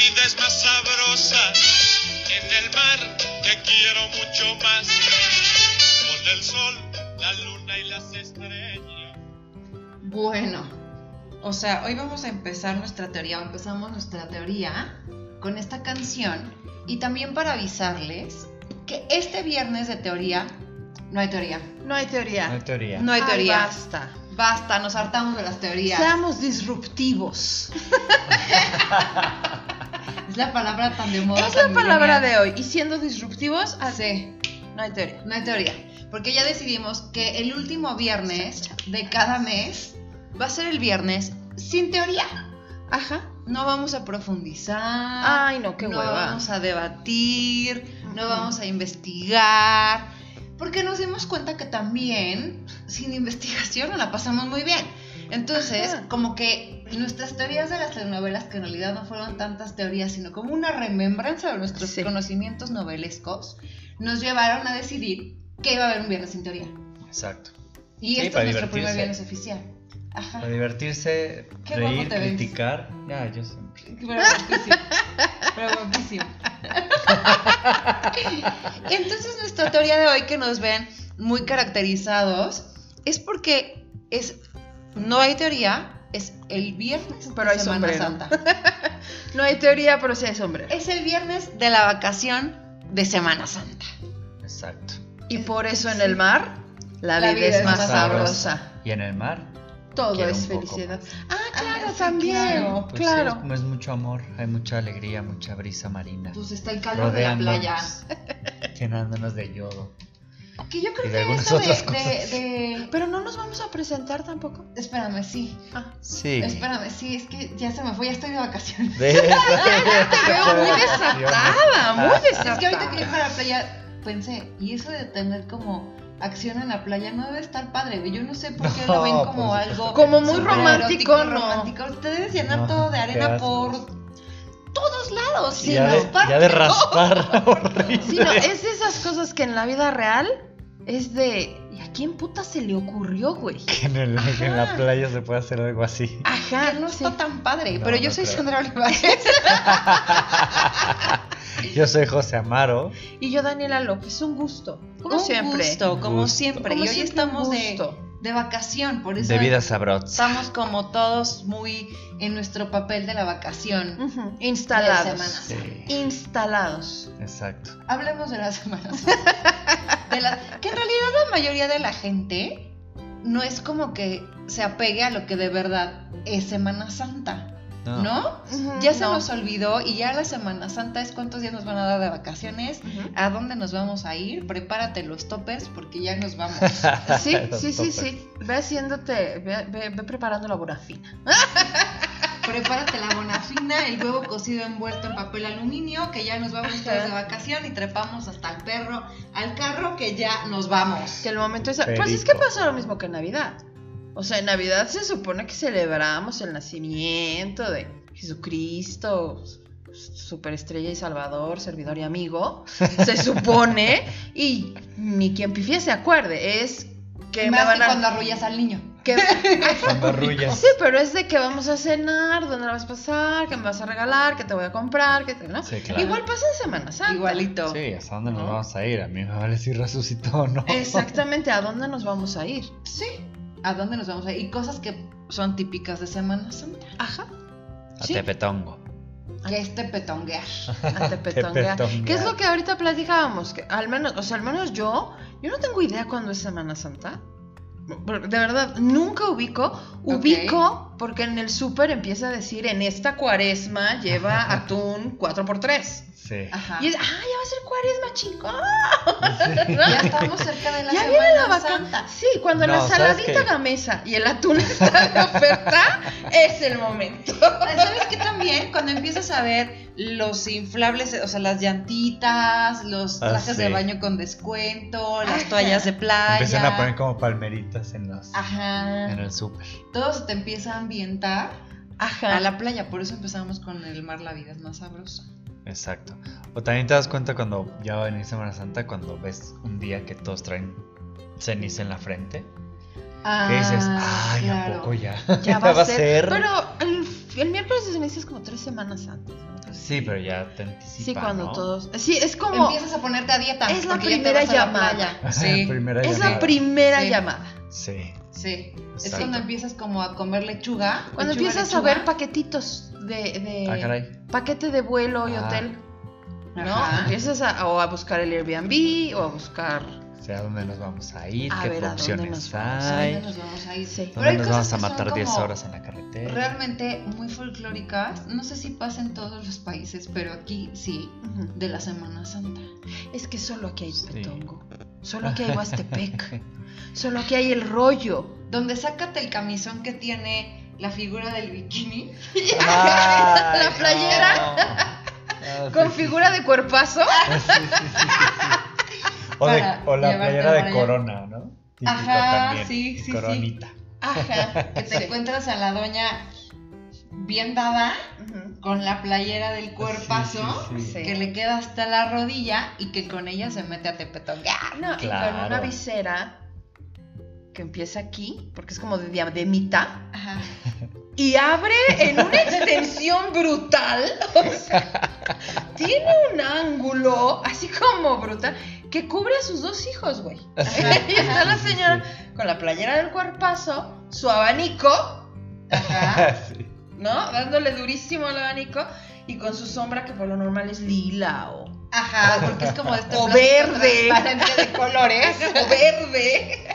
vida es más sabrosa. En el mar te quiero mucho más. Con el sol, la luna y las estrellas. Bueno, o sea, hoy vamos a empezar nuestra teoría, o empezamos nuestra teoría con esta canción. Y también para avisarles que este viernes de teoría no hay teoría. No hay teoría. No hay teoría. No hay teoría. Basta. Basta, nos hartamos de las teorías. Seamos disruptivos. Es la palabra tan de moda. Es la tan palabra millennial. de hoy. Y siendo disruptivos, Sí, no hay teoría. no hay teoría. Porque ya decidimos que el último viernes de cada mes va a ser el viernes sin teoría. Ajá. No vamos a profundizar. Ay, no, qué no hueva. vamos a debatir, no vamos a investigar. Porque nos dimos cuenta que también, sin investigación, nos la pasamos muy bien. Entonces, Ajá. como que nuestras teorías de las telenovelas, que en realidad no fueron tantas teorías, sino como una remembranza de nuestros Sí. conocimientos novelescos, nos llevaron a decidir que iba a haber un viernes sin teoría. Exacto. Y Sí, este para es nuestro primer divertirse. viernes oficial. Ajá. Para divertirse, Qué reír, guapo te ves. criticar. Ya, yo siempre. Pero guapísimo. Pero guapísimo. Entonces nuestra teoría de hoy, que nos ven muy caracterizados, es porque no hay teoría, es el viernes Pero de hay Semana sombrero. Santa. No hay teoría, pero sí hay sombrero. Es el viernes de la vacación de Semana Santa. Exacto. Y por eso en el mar, la La vida es más sabrosa. sabrosa. Y en el mar, Todo quiero es un poco felicidad. más. Ah, claro, sí, también. claro. pues Claro. sí, es mucho amor, hay mucha alegría, mucha brisa marina. Pues está el calor de la Rodeándonos, playa. llenándonos de yodo. Que yo Y creo de que algunas eso otras cosas. Pero no nos vamos a presentar tampoco. Espérame, sí. Ah. Sí. Espérame, sí, es que ya se me fue, ya estoy de vacaciones. Te veo muy desatada, muy desatada. Es que ahorita que fui a la playa pensé, y eso de tener como acción en la playa no debe estar padre, güey. Yo no sé por qué No, lo ven por como supuesto algo que Como muy súper romántico, erótico, no. romántico. Ustedes llenan No, todo de qué arena asco. por todos lados, sin ya, raspar. ya de raspar, horrible. Sí, no, es de esas cosas que en la vida real es de. ¿Y a quién puta se le ocurrió, güey? Que en la Ajá. playa se puede hacer algo así. Ajá, Que no sí. está tan padre, No, pero yo no soy creo. Sandra Olivares. Yo soy José Amaro. Y yo, Daniela López, un gusto. Como Un siempre. gusto, como Gusto. siempre. Como y hoy siempre, estamos un de gusto. vacación, por eso De vida sabrosa. estamos como todos muy en nuestro papel de la vacación. Ujú, De instalados. Semana Santa. Sí, Instalados. exacto. Hablemos de las semanas. Que en realidad la mayoría de la gente no es como que se apegue a lo que de verdad es Semana Santa, ¿no? Ujú, Ya se no. nos olvidó y ya la Semana Santa es cuántos días nos van a dar de vacaciones, Ujú. a dónde nos vamos a ir, prepárate los toppers porque ya nos vamos. Sí, Los sí, sí, toppers. sí. Ve haciéndote, ve preparando la borafina. Prepárate la bonafina, el huevo cocido envuelto en papel aluminio, que ya nos vamos todos de vacación y trepamos hasta el perro al carro que ya nos vamos. Que el momento es. Pues Perico. es que pasa lo mismo que en Navidad. O sea, en Navidad se supone que celebramos el nacimiento de Jesucristo, superestrella y salvador, servidor y amigo. Se supone, y ni quien pifie se acuerde, es que Más me van que a. cuando arrullas al niño. Cuando arrullas. Sí, pero es de que vamos a cenar, dónde la vas a pasar, qué me vas a regalar, qué te voy a comprar, ¿no? Sí, claro. Igual pasa en Semana Santa. Igualito. Sí, ¿hasta dónde nos ¿No? vamos a ir? A mí me vale si resucitó o no. Exactamente, ¿a dónde nos vamos a ir? Sí. ¿A dónde nos vamos a ir? Y cosas que son típicas de Semana Santa. Ajá. A Sí. Tepetongo. Que es tepetonguear. A tepetonguear. Tepetonguear. ¿Qué es lo que ahorita platicábamos? Que al menos yo no tengo idea cuándo es Semana Santa. De verdad, nunca ubico porque en el súper empieza a decir en esta cuaresma lleva atún 4x3. Sí. Ajá. Y es, ya va a ser cuaresma, chingón. Ya estamos cerca de la Ya Semana viene la vaca. Santa. Sí, cuando No, la ¿sabes saladita qué? gamesa y el atún está de oferta, es el momento. ¿Sabes qué también? Cuando empiezas a ver los inflables, o sea, las llantitas, los trajes sí. de baño con descuento, las Ajá. toallas de playa. Empiezan a poner como palmeritas en Ajá. el súper. Todo se te empieza a ambientar Ajá. a la playa. Por eso empezamos con el mar, la vida es más sabrosa. Exacto. O también te das cuenta cuando ya va a venir Semana Santa, cuando ves un día que todos traen ceniza en la frente. Que dices, ay, ¿a poco ya? Ya va a ser. ser? Pero el miércoles de ceniza es como 3 semanas antes, ¿no? Sí, pero ya te anticipa, Sí, cuando ¿no? todos... Sí, es como... Empiezas a ponerte a dieta. Es la porque ya te primera vas a la llamada. playa. Sí. Primera Es llamada. la primera Sí. llamada. Sí. Sí. Es Exacto. cuando empiezas como a comer lechuga. Cuando lechuga, empiezas lechuga. a ver paquetitos de Ah, caray. paquete de vuelo y Ah. hotel, ¿no? Ajá. Empiezas a buscar el Airbnb o a buscar... O sea, ¿a dónde nos vamos a ir? A ¿Qué ver, ¿a dónde opciones nos ¿A dónde hay? nos vamos a ir? Sí. Pero hay ¿Dónde nos cosas vamos a que son matar 10 como horas en la carretera? realmente muy folclóricas. No sé si pasa en todos los países, pero aquí sí. Ujú. De la Semana Santa. Es que solo aquí hay Sí. Petongo, solo aquí hay Huastepec, solo aquí hay el rollo. Donde sácate el camisón que tiene la figura del bikini. Ay, La playera. no. Ah, Con sí, figura de cuerpazo. sí, sí. O, Para o la llevarte playera para de allá. corona, ¿no? Típico Ajá, también. sí, sí, Coronita. Ajá. Que te Sí. encuentras a la doña bien dada, Ujú. con la playera del cuerpazo, Sí, sí, sí. que le queda hasta la rodilla y que con ella se mete a tepetongar. No, y con Claro. una visera que empieza aquí, porque es como de diademita, Ajá. y abre en una extensión brutal. O sea, tiene un ángulo así como brutal que cubre a sus dos hijos, güey. Y está la señora con la playera del cuerpazo, su abanico, Ajá. Sí. ¿no? Dándole durísimo al abanico y con su sombra que por lo normal es lila o Ajá, porque es como de este O plástico verde. transparente de colores. o verde.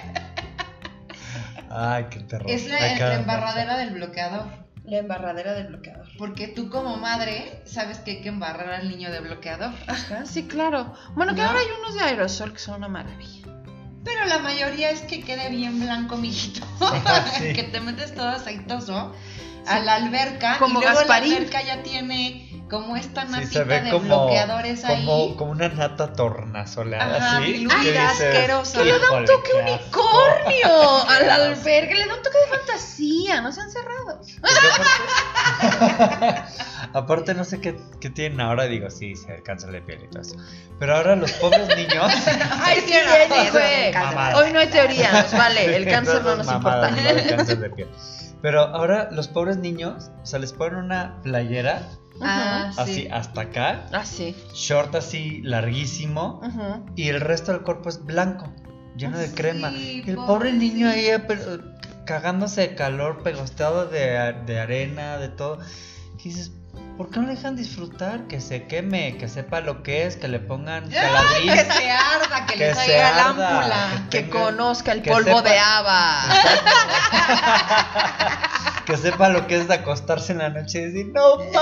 Ay, qué terror. Es la Ay, cada embarradera del bloqueador. La embarradera del bloqueador. Porque tú como madre sabes que hay que embarrar al niño de bloqueador. Ajá, sí, claro. Bueno, que ¿No? ahora hay unos de aerosol que son una maravilla. Pero la mayoría es que quede bien blanco, mijito. Sí. Que te metes todo aceitoso a la alberca. Como y luego Gasparín. la alberca ya tiene como esta Sí, natita se ve de como, bloqueadores ahí. como una nata tornasoleada, Ajá, ¿sí? diluida, ¿Qué dices? asquerosa. Que le da un Híjole, toque qué asco. unicornio Qué al asco. albergue, le da un toque de fantasía, no sean cerrados. Porque aparte no sé qué tienen ahora, digo, sí, se alcanza de piel y todo eso. Pero ahora los pobres niños... Ay, sí, Jenny, güey. Mamada. Hoy no hay teoría, nos vale, el cáncer no nos importa. Mamadas, ¿no? El cáncer de piel. Pero ahora los pobres niños, o sea, les ponen una playera Ah, así sí. hasta acá, Ah, sí. short así larguísimo, Ujú. y el resto del cuerpo es blanco, lleno de Sí, crema. Y el pobre niño ahí cagándose de calor, pegosteado de arena, de todo. Y dices, ¿por qué no le dejan disfrutar? Que se queme, que sepa lo que es, que le pongan Que caladriz. se arda, que, Que le se salga la arda, ámpula. Que tenga- conozca el que polvo sepa- de haba. Que sepa lo que es de acostarse en la noche y decir, no mames,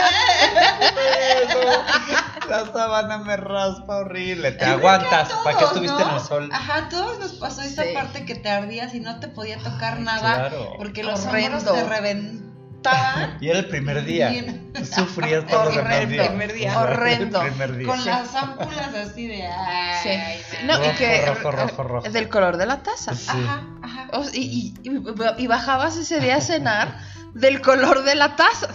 la sábana me raspa horrible. Te aguantas, Todos, ¿para qué estuviste ¿no? en el sol? Ajá, a todos nos pasó esa Sí. parte que te ardías y no te podía tocar Ay, nada. claro. Porque los Horrendo. hombros te reventaban. Y era el primer día. Bien. Sufrías todos los demás Horrendo, días. primer día. O sea, Horrendo. El primer día. Con las ámpulas así de. Ay, Sí. no. No, y que Rojo. del color de la taza. Sí. Ajá, ajá. Y bajabas ese día a cenar del color de la taza.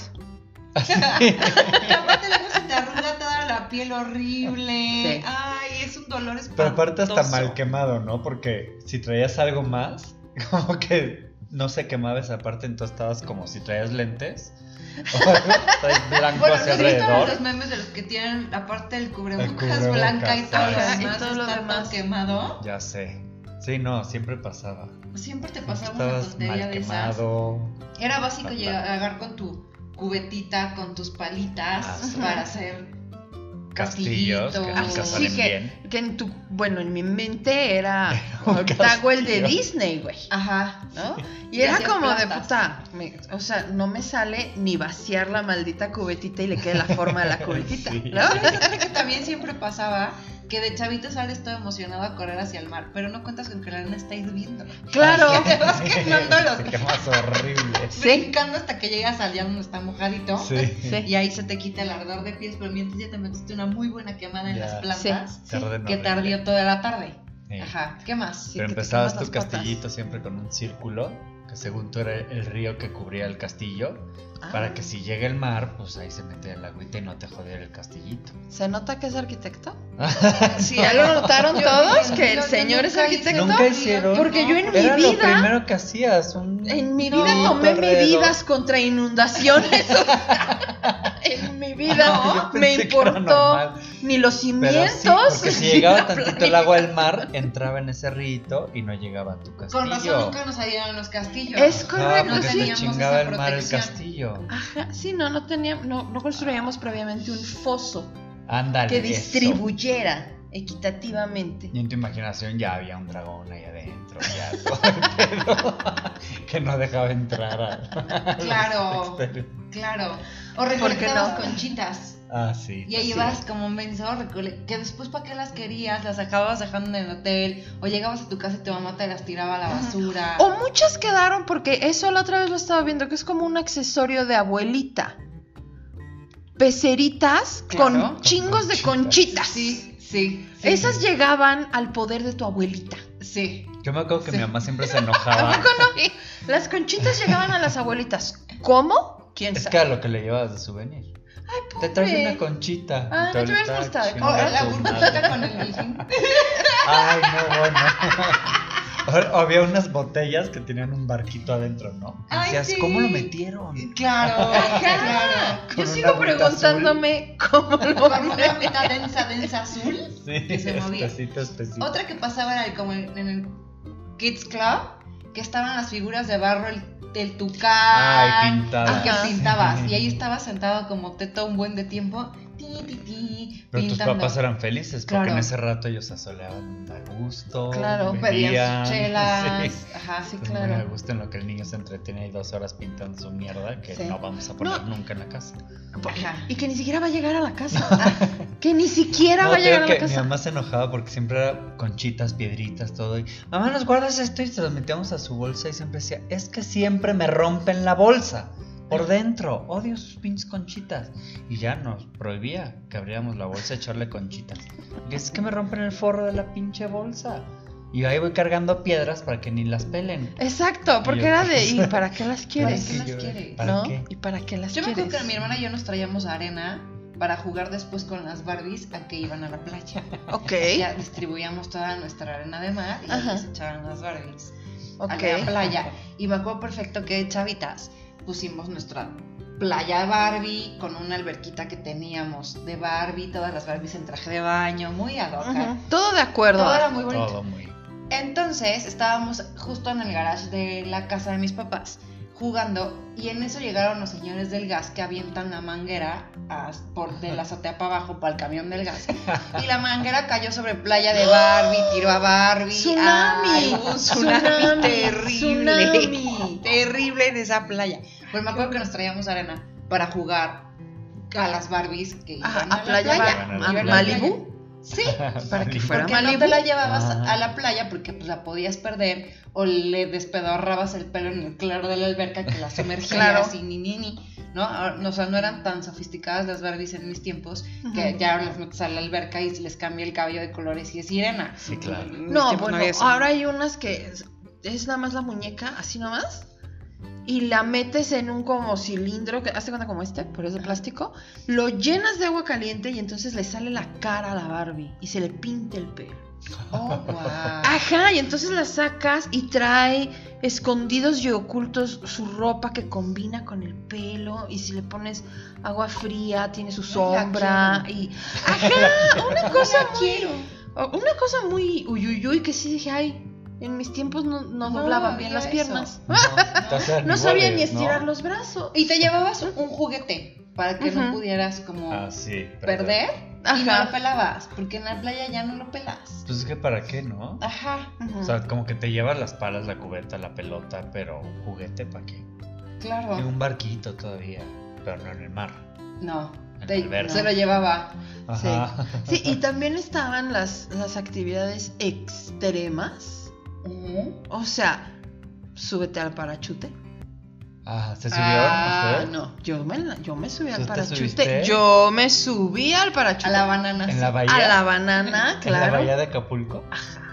Y aparte luego se te arruga toda la piel horrible. Sí. Ay, es un dolor espantoso. Pero aparte hasta mal quemado, ¿no? Porque si traías algo más, como que no se quemaba esa parte, entonces estabas como si traías lentes o algo, traes blanco Bueno, hacia ¿has visto alrededor. los memes de los que tienen la parte del cubrebocas, El cubrebocas, blanca y todo lo ajá. demás Y todo lo está demás. todo quemado? Ya sé. Sí, no, siempre pasaba. Siempre te pasaba una Estabas tontería mal de esas. quemado. Era básico Fatal. llegar con tu cubetita, con tus palitas Ah, sí. para hacer Castillos, castillitos. que nunca Sí, salen que, bien. que en mi mente era Un octavo el de castillo. Disney, güey. Ajá. ¿No? Y Y era hacías como de plantas. puta, o sea, no me sale ni vaciar la maldita cubetita y le quede la forma de la cubetita, Sí. ¿no? ¿Sabes que también siempre pasaba? Que de chavito sales todo emocionado a correr hacia el mar, pero no cuentas con que la arena está hirviendo. Claro. Te vas quemando los Te quemas horrible. Sí. brincando hasta que llegas al día donde está mojadito. Sí. Sí. Y ahí se te quita el ardor de pies, pero mientras ya te metiste una muy buena quemada en Ya. las plantas Te arden que horrible. tardió toda la tarde. Sí. Ajá. ¿Qué más? Sí, Pero que te empezabas quemas tu las patas. castillito siempre con un círculo, que según tú era el río que cubría el castillo, Ah. para que si llega el mar, pues ahí se mete el agüita y no te jodiera el castillito. ¿Se nota que es arquitecto? Sí, ¿Ya lo notaron Yo- todos? yo- ¿Que yo el señor es nunca hice arquitecto? Nunca hicieron. Porque yo en mi Era lo vida, primero que hacías. En tomé alrededor. medidas contra inundaciones. En mi mi vida Yo me pensé que era importó normal. ni los Pero cimientos. sí, porque si llegaba ni la tantito el agua del mar, entraba en ese rito y no llegaba a tu castillo. Con razón nunca nos salieron los castillos. Es Ajá, correcto, porque no se teníamos chingaba esa el mar el protección. castillo. Ajá, sí, no construíamos previamente un foso Ándale. que eso. distribuyera equitativamente. Y en tu imaginación ya había un dragón ahí adentro, ya todo el pedo, que no dejaba entrar a Claro, claro. O recolectabas conchitas. Ah, sí. Y ahí sí. ibas como un menso, que después para qué las querías, las acababas dejando en el hotel, o llegabas a tu casa y tu mamá te las tiraba a la basura. O muchas quedaron porque eso la otra vez lo estaba viendo, que es como un accesorio de abuelita. Peceritas Claro. con chingos de conchitas. Sí, sí. Esas llegaban al poder de tu abuelita. Sí. Yo me acuerdo que Sí. mi mamá siempre se ¿A enojaba. poco no? Las conchitas llegaban a las abuelitas. ¿Cómo? ¿Quién Es sabe? que a lo que le llevabas de souvenir. Te traje una conchita. Ah, Y tú ¿no te hubieras ahorita, gustado? chinga O la tu burbujita madre. con el delfín. Ay, no, bueno. O había unas botellas que tenían un barquito adentro, ¿no? Y Ay, decías, sí. ¿cómo lo metieron? Claro, claro. Yo Con sigo una agüita preguntándome cómo lo Con una agüita densa azul Sí, que se movía. espesito. Otra que pasaba era como en el Kids Club, que estaban las figuras de barro, el tucán, Ay, pintadas. que Ajá. pintabas. Sí. Y ahí estabas sentado como teto un buen de tiempo, Pero tus pintando. papás eran felices porque Claro. en ese rato ellos se asoleaban a gusto. Claro, Pedían sus chelas. Sí. Ajá, sí, Pues claro. muy a gusto en lo que el niño se entretiene ahí 2 horas pintando su mierda que Sí. no vamos a poner No. nunca en la casa. Ajá. Y que ni siquiera va a llegar a la casa. Que ni siquiera No, va a te llegar digo a la que mi casa. mamá se enojaba porque siempre era conchitas, piedritas, todo. Y, mamá, ¿nos guardas esto? Y se los metíamos a su bolsa y siempre decía, es que siempre me rompen la bolsa. Por dentro, odio sus pinches conchitas. Y ya nos prohibía que abriéramos la bolsa y echarle conchitas. Y es que me rompen el forro de la pinche bolsa. Y ahí voy cargando piedras para que ni las pelen. Exacto, porque Y yo, era de, ¿y para qué las quieres? qué las quieres? ¿Para ¿No? qué? ¿Y para qué las Yo me quieres? acuerdo que mi hermana y yo nos traíamos arena para jugar después con las Barbies a que iban a la playa. Ok, Ya distribuíamos toda nuestra arena de mar y Ajá. ahí se echaban las Barbies ok. a la playa. Y me acuerdo perfecto que chavitas pusimos nuestra playa Barbie con una alberquita que teníamos de Barbie, todas las Barbies en traje de baño, muy ad hoc. Ujú. Todo de acuerdo. Todo era muy bonito. Todo muy... Entonces estábamos justo en el garage de la casa de mis papás jugando y en eso llegaron los señores del gas que avientan la manguera por de la azotea para abajo para el camión del gas y la manguera cayó sobre playa de Barbie, tiró a Barbie. Tsunami. Ay, un tsunami terrible, Tsunami. terrible en esa playa. Pues me acuerdo que nos traíamos arena para jugar a las Barbies que iban Ajá, a, a la playa, playa. a Iban a la Malibu. playa. Sí, Para que fuera porque no Malibu. te la llevabas Ajá. a la playa porque pues la podías perder o le despedorrabas el pelo en el claro de la alberca que la sumergías Claro. y ni, ¿no? O sea, no eran tan sofisticadas las Barbies en mis tiempos que Ujú. ya las metes a la alberca y se les cambia el cabello de colores y es sirena. Sí, claro. En mis No, tiempos bueno, había eso. ahora hay unas que es nada más la muñeca, así nomás, y la metes en un como cilindro, que hazte cuenta como este, pero es de plástico, lo llenas de agua caliente y entonces le sale la cara a la Barbie y se le pinta el pelo. Oh, wow. Ajá, y entonces la sacas y trae escondidos y ocultos su ropa que combina con el pelo, y si le pones agua fría tiene su Ay, la sombra quiero. y ajá, una cosa La quiero. una cosa muy uyuyuy que sí dije, ay, en mis tiempos no doblaba bien había las piernas. No, No sabía ni estirar los brazos. Y te llevabas un juguete para que no Ujú. pudieras como Ah, sí. perder y no Ajá. lo pelabas, porque en la playa ya no lo pelas. Pues es que para qué, ¿no? Ajá, Ujú. O sea, como que te llevas las palas, la cubeta, la pelota, pero juguete ¿para qué? claro. En un barquito todavía, pero no en el mar. No, En te- la alberca. se lo llevaba. Ajá. Sí, y también estaban las actividades extremas. O sea, súbete al parachute. Ah, ¿se subieron ustedes? No, yo me subí al ¿Tú te parachute. subiste? Yo me subí al parachute. A la banana. ¿En sí. la bahía? A la banana, ¿En la claro. bahía de Acapulco?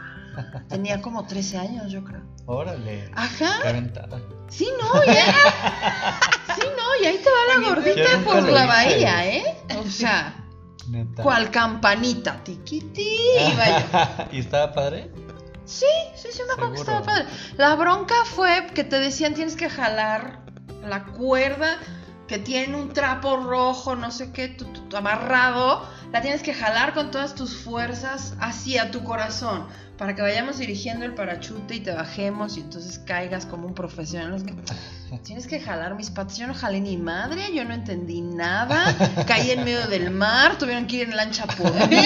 Tenía como 13 años, yo creo. Órale. Ajá. Qué aventada. Sí, no, y ahí, sí, no, y ahí te va la Oye, gordita yo nunca por lo la hice. bahía, ¿eh? O sea, Neta. cual campanita, tiquití, iba yo. ¿Y estaba padre? Sí, me acuerdo que Seguro. estaba padre. La bronca fue que te decían tienes que jalar la cuerda que tiene un trapo rojo, no sé qué, amarrado, la tienes que jalar con todas tus fuerzas hacia tu corazón, para que vayamos dirigiendo el parachute y te bajemos y entonces caigas como un profesional. Tienes que jalar mis patas. Yo no jalé ni madre, yo no entendí nada. Caí en medio del mar, tuvieron que ir en lancha por mí.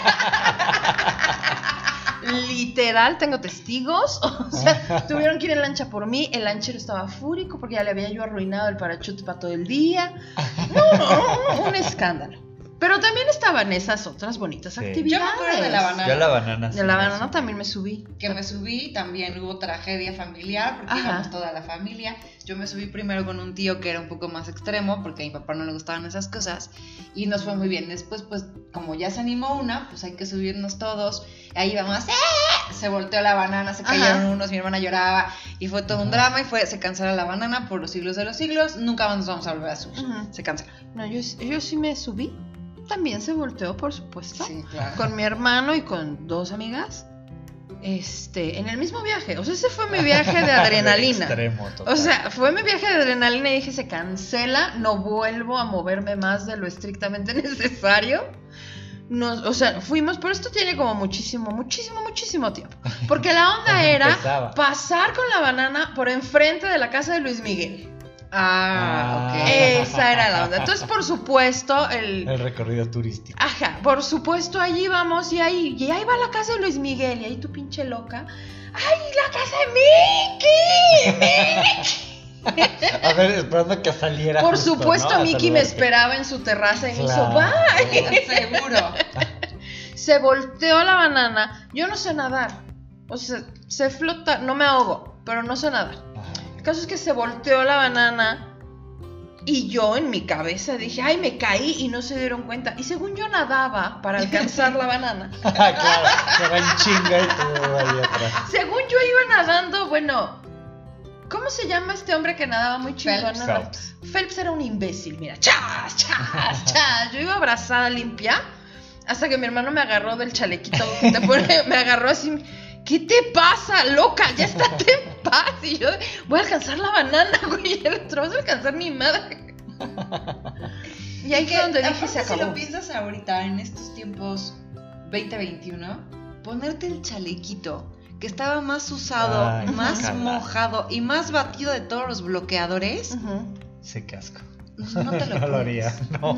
Literal, tengo testigos. O sea, tuvieron que ir en lancha por mí. El lanchero estaba fúrico porque ya le había yo arruinado el parachute para todo el día. No, un escándalo. Pero también estaban esas otras bonitas actividades. Yo me acuerdo de la banana. Yo la banana sí. De la banana también me subí. Que me subí, también hubo tragedia familiar, porque íbamos toda la familia. Yo me subí primero con un tío que era un poco más extremo, porque a mi papá no le gustaban esas cosas, y nos fue muy bien. Después, pues, como ya se animó una, pues hay que subirnos todos. Ahí vamos, se volteó la banana, se cayeron unos, mi hermana lloraba, y fue todo un drama, y se canceló la banana por los siglos de los siglos. Nunca más nos vamos a volver a subir. Se canceló. No, yo sí me subí. También se volteó, por supuesto. Sí, claro. Con mi hermano y con 2 amigas. En el mismo viaje. O sea, ese fue mi viaje de adrenalina. Extremo, total. O sea, fue mi viaje de adrenalina y dije, se cancela, no vuelvo a moverme más de lo estrictamente necesario. O sea, fuimos, pero esto tiene como muchísimo tiempo. Porque la onda era pasar con la banana por enfrente de la casa de Luis Miguel. Ok. Esa era la onda. Entonces, por supuesto, el recorrido turístico. Ajá, por supuesto, allí vamos y ahí va la casa de Luis Miguel. Y ahí tu pinche loca. ¡Ay, la casa de Mickey! A ver, esperando que saliera. Por justo, supuesto, ¿no? Mickey me esperaba en su terraza y me hizo ¡bye! Seguro. Se volteó la banana. Yo no sé nadar. O sea, se flota, no me ahogo, pero no sé nadar. El caso es que se volteó la banana y yo en mi cabeza dije, ay, me caí y no se dieron cuenta. Y según yo nadaba para alcanzar la banana. Claro, se va en chinga y todo ahí atrás. Según yo iba nadando, bueno, ¿cómo se llama este hombre que nadaba muy chingón? Phelps. Phelps era un imbécil, mira, chas. Yo iba abrazada limpia hasta que mi hermano me agarró del chalequito que te pone, me agarró así. ¿Qué te pasa, loca? Ya estate en paz. Y yo, voy a alcanzar la banana, güey. El otro, vas a alcanzar mi madre. Y ahí fue donde dije, se acabó. Si lo piensas ahorita, en estos tiempos 2021, ponerte el chalequito, que estaba más usado, más mojado y más batido de todos los bloqueadores. Sí, qué asco. No te lo No lo haría,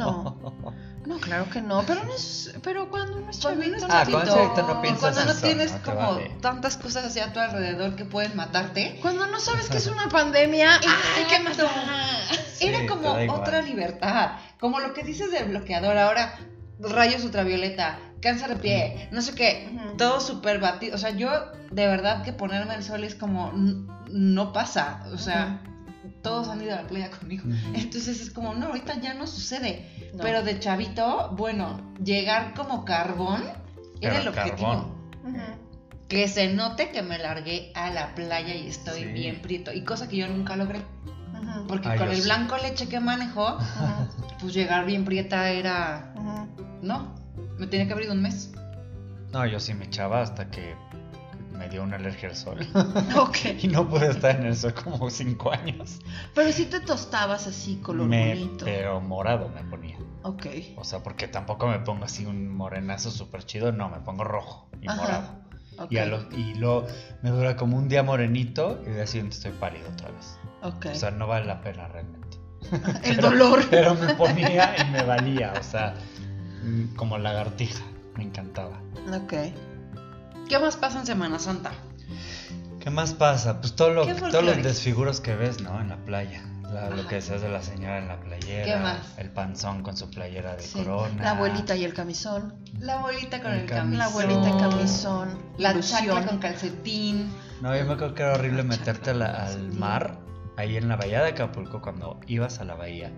No, claro que no, pero cuando uno es chavito, cuando es chavito no piensas cuando no eso, tienes no te como vale. tantas cosas hacia tu alrededor que pueden matarte. cuando no sabes que es una pandemia, hay que matar. Sí, Era como te da igual. otra libertad, como lo que dices del bloqueador ahora, rayos ultravioleta, cáncer de pie, no sé qué, todo súper batido. O sea, yo de verdad que ponerme el sol es como no pasa, o sea, todos han ido a la playa conmigo. Entonces es como, no, ahorita ya no sucede. No. Pero de chavito, bueno, llegar como carbón era el objetivo. Que se note que me largué a la playa y estoy bien prieto. Y cosa que yo nunca logré. Porque con el blanco leche que manejó, pues llegar bien prieta era... No, me tenía que abrir un mes. No, yo sí me echaba hasta que me dio una alergia al sol. Okay. Y no pude estar en el sol como 5 años. Pero sí te tostabas así, color bonito. Pero morado me ponía. Ok. O sea, porque tampoco me pongo así un morenazo súper chido. No, me pongo rojo y morado. Okay. Y luego me dura como un día morenito y de día siguiente estoy pálido otra vez. Okay. O sea, no vale la pena realmente. El dolor. Pero me ponía y me valía. O sea, como lagartija. Me encantaba. Ok. ¿Qué más pasa en Semana Santa? ¿Qué más pasa? Pues todos los desfiguros que ves, ¿no? En la playa. Lo que decías de la señora en la playera. ¿Qué más? El panzón con su playera de corona. La abuelita y el camisón. La abuelita con el camisón. La abuelita y camisón. La chancla con calcetín. No, yo me acuerdo que era horrible meterte al mar, ahí en la bahía de Acapulco, cuando ibas a la bahía.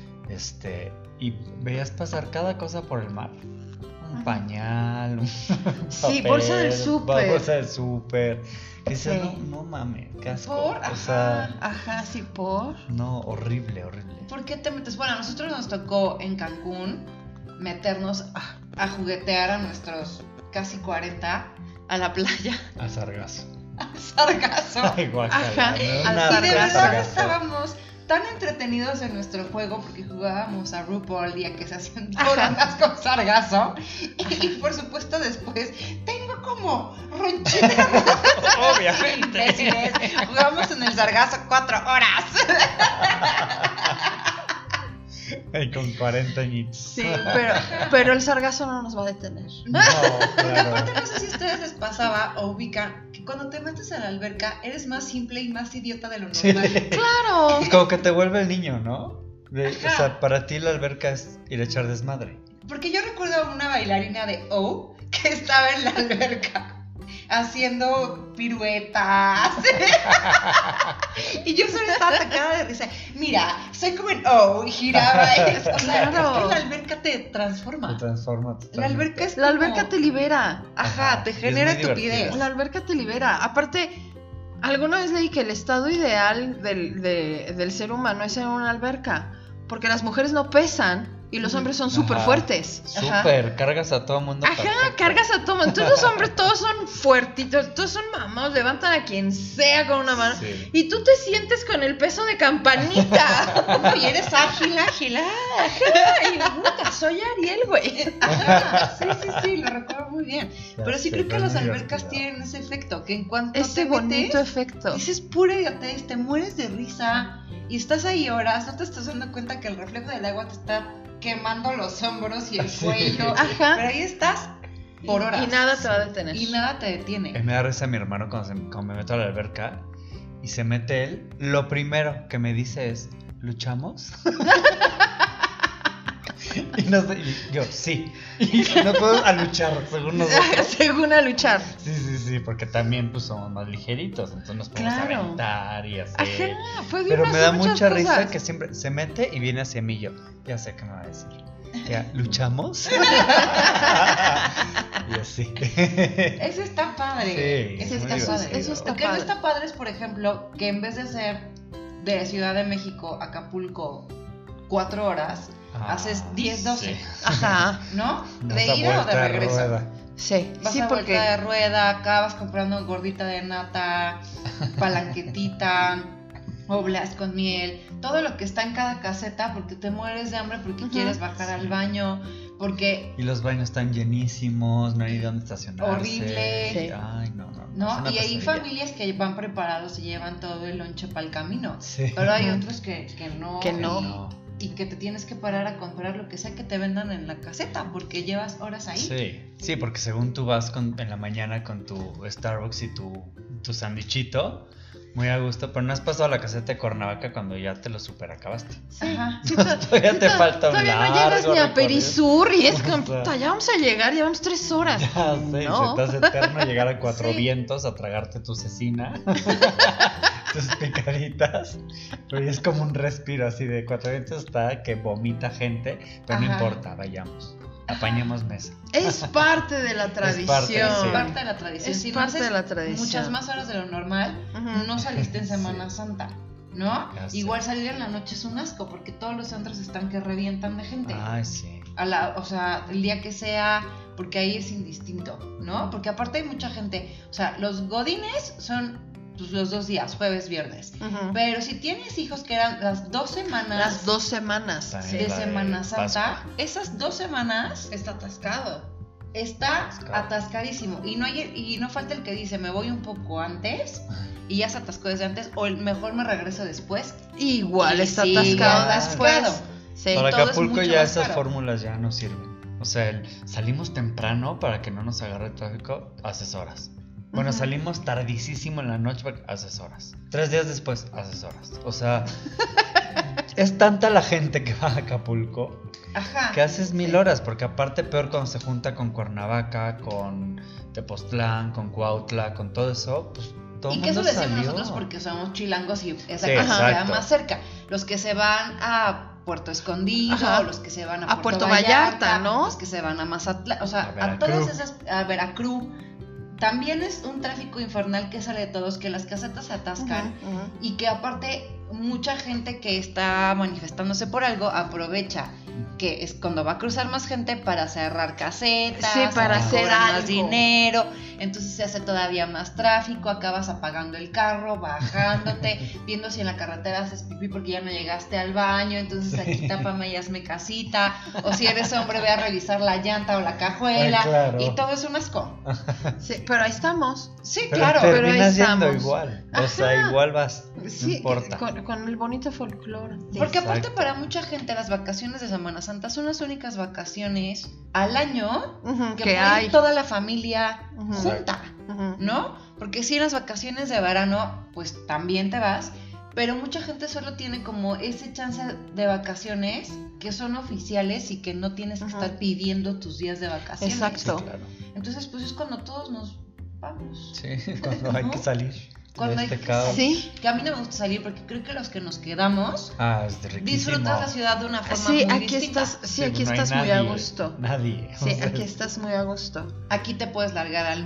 Y veías pasar cada cosa por el mar. Un pañal, un papel, bolsa del súper. Bolsa del súper. Dices, no mames, qué asco. ¿Por? O sea, sí, por. No, horrible. ¿Por qué te metes? Bueno, a nosotros nos tocó en Cancún meternos a juguetear a nuestros casi 40 a la playa. A sargazo. A sargazo. Ay, guacala. Ajá, y de verdad estábamos tan entretenidos en nuestro juego porque jugábamos a RuPaul y a que se hacían todas con sargazo. Y por supuesto después tengo como ronchitas. Obviamente. Imbéciles. Jugamos en el sargazo 4 horas. Y con 40 añitos. Sí, pero el sargazo no nos va a detener. No, Porque claro. aparte no sé si a ustedes les pasaba o ubican que cuando te metes a la alberca eres más simple y más idiota de lo normal. Sí. ¡Claro! Y como que te vuelve el niño, ¿no? O Ajá. sea, para ti la alberca es ir a echar desmadre. Porque yo recuerdo a una bailarina de O que estaba en la alberca haciendo piruetas. Y yo solo estaba atacada de risa. Mira, soy como en O y giraba. O sea, Claro. es que la alberca te transforma. Te transforma La totalmente. alberca es La como- alberca te libera. Ajá, te y es genera muy divertido. estupidez. La alberca te libera. Aparte, alguna vez leí que el estado ideal del ser humano es en una alberca. Porque las mujeres no pesan y los hombres son súper Ajá. fuertes. Súper, cargas a todo mundo. Ajá, perfecto. cargas a todo. Entonces los hombres todos son fuertitos, todos son mamados, levantan a quien sea con una mano. Sí. Y tú te sientes con el peso de campanita. Y eres ágil. Ay, puta, soy Ariel, güey. Sí, lo recuerdo muy bien. Ya Pero sí sé, creo que es las muy albercas divertido. tienen ese efecto, que en cuanto Ese te bonito metes, efecto. dices pura idiotez, te mueres de risa y estás ahí horas, no te estás dando cuenta que el reflejo del agua te está quemando los hombros y el Sí. cuello. Ajá. Pero ahí estás por horas. Y nada te va a detener. Y nada te detiene. Me da risa mi hermano cuando me meto a la alberca y se mete él. Lo primero que me dice es: ¿luchamos? Y no sé, y yo, sí. Y no puedo a luchar, según nosotros. Según a luchar. Sí, porque también pues somos más ligeritos, entonces nos podemos Claro. aventar y así. Ajá, pues Pero vimos me da muchas mucha risa cosas. que siempre se mete y viene hacia mí yo. Ya sé qué me va a decir. Ya, ¿luchamos? Y así. Eso está padre. Sí, Eso es está muy padre. divertido. Eso está Lo que no padre. está padre es, por ejemplo, que en vez de ser de Ciudad de México a Acapulco 4 horas, haces 10, 12. sí. Ajá, ¿no? Das De a ida o de vuelta regreso. rueda. sí, Vas sí, a porque vuelta de rueda, acabas comprando gordita de nata, palanquetita, oblas con miel, todo lo que está en cada caseta porque te mueres de hambre, porque Ujú. quieres bajar al baño, porque Y los baños están llenísimos, no hay dónde estacionarse. Horrible. Sí. Ay, no. Es ¿no? una Y hay pesadilla. familias que van preparados y llevan todo el lonche para el camino. Sí. Pero hay Ujú. otros que no. Que no. No. Y que te tienes que parar a comprar lo que sea que te vendan en la caseta porque llevas horas ahí. Sí, porque según tú vas en la mañana con tu Starbucks y tu sandwichito, muy a gusto, pero no has pasado a la caseta de Cuernavaca cuando ya te lo super acabaste. Ajá. sí, Todavía te falta un todavía no largo llegas ni a recorrido. Perisur y es O como, sea. puta, ya vamos a llegar, llevamos 3 horas. Ya sé, No. se te hace eterno llegar a Cuatro Sí. Vientos a tragarte tu cecina, tus picaditas, pero ya es como un respiro así de Cuatro Vientos está que vomita gente, pero no Ajá. importa, vayamos, apañemos mesa. Es parte de la tradición. parte, Es sí. parte de la tradición. Es Si no parte haces de la tradición. muchas más horas de lo normal, Ujú. no saliste en Semana Santa, ¿no? Ya sé. Igual salir en la noche es un asco porque todos los centros están que revientan de gente. Ay, sí. O sea, el día que sea, porque ahí es indistinto, ¿no? Porque aparte hay mucha gente, o sea, los godines son pues, los 2 días, jueves, viernes. Ujú. Pero si tienes hijos que eran las 2 semanas Las 2 semanas. También de la de Semana Santa, Pascua. esas 2 semanas Está atascado. está Atascado. atascadísimo. Y no falta el que dice, me voy un poco antes y ya se atascó desde antes, o mejor me regreso después. Igual Y está sigue atascado atascado. después. Sí. Para todo es Acapulco mucho ya más esas caro. fórmulas ya no sirven. O sea, salimos temprano para que no nos agarre el tráfico, haces horas. Bueno, Ujú. salimos tardísimo en la noche, haces horas. 3 días después, haces horas. O sea, es tanta la gente que va a Acapulco Ajá. que haces 1000 Sí. horas, porque aparte peor cuando se junta con Cuernavaca, con Tepoztlán, con Cuautla, con todo eso, pues todo el Y que eso mundo lo decimos salió. nosotros porque somos chilangos y esa Sí, cosa queda exacto. más cerca. Los que se van a Puerto Escondido, Ajá. los que se van A a Puerto Vallarta, ¿no? Los que se van a Mazatlán, o sea, A a todas Veracruz. esas, a Veracruz. También es un tráfico infernal que sale de todos, que las casetas se atascan Ujú, ujú. y que aparte, mucha gente que está manifestándose por algo aprovecha que es cuando va a cruzar más gente para cerrar casetas, Sí, para hacer cobrar más algo. dinero, entonces se hace todavía más tráfico, acabas apagando el carro, bajándote, viendo si en la carretera haces pipí porque ya no llegaste al baño, entonces aquí tápame y hazme casita, o si eres hombre ve a revisar la llanta o la cajuela, Ay, claro. y todo es un asco. Sí, pero ahí estamos. Sí, Pero claro, pero termina ahí siendo estamos. igual. O Ajá. sea, igual vas. Sí, no importa. con el bonito folclore. porque aparte Exacto. para mucha gente las vacaciones de Semana Santa son las únicas vacaciones al año Ujú, que que puede hay. ir toda la familia Ujú. junta, Ujú. ¿no? Porque si en las vacaciones de verano, pues también te vas, pero mucha gente solo tiene como ese chance de vacaciones que son oficiales y que no tienes que Ujú. estar pidiendo tus días de vacaciones. Exacto. Sí, claro. Entonces, pues es cuando todos nos vamos. Sí, cuando hay que ¿No? salir Cuando de hay este que caos. Sí, Que a mí no me gusta salir porque creo que los que nos quedamos Ah, es riquísimo. disfrutas la ciudad de una forma sí, muy aquí distinta. estás, sí, aquí no hay estás muy nadie, a gusto. Nadie. Sí, O sea, aquí estás muy a gusto. Aquí te puedes largar al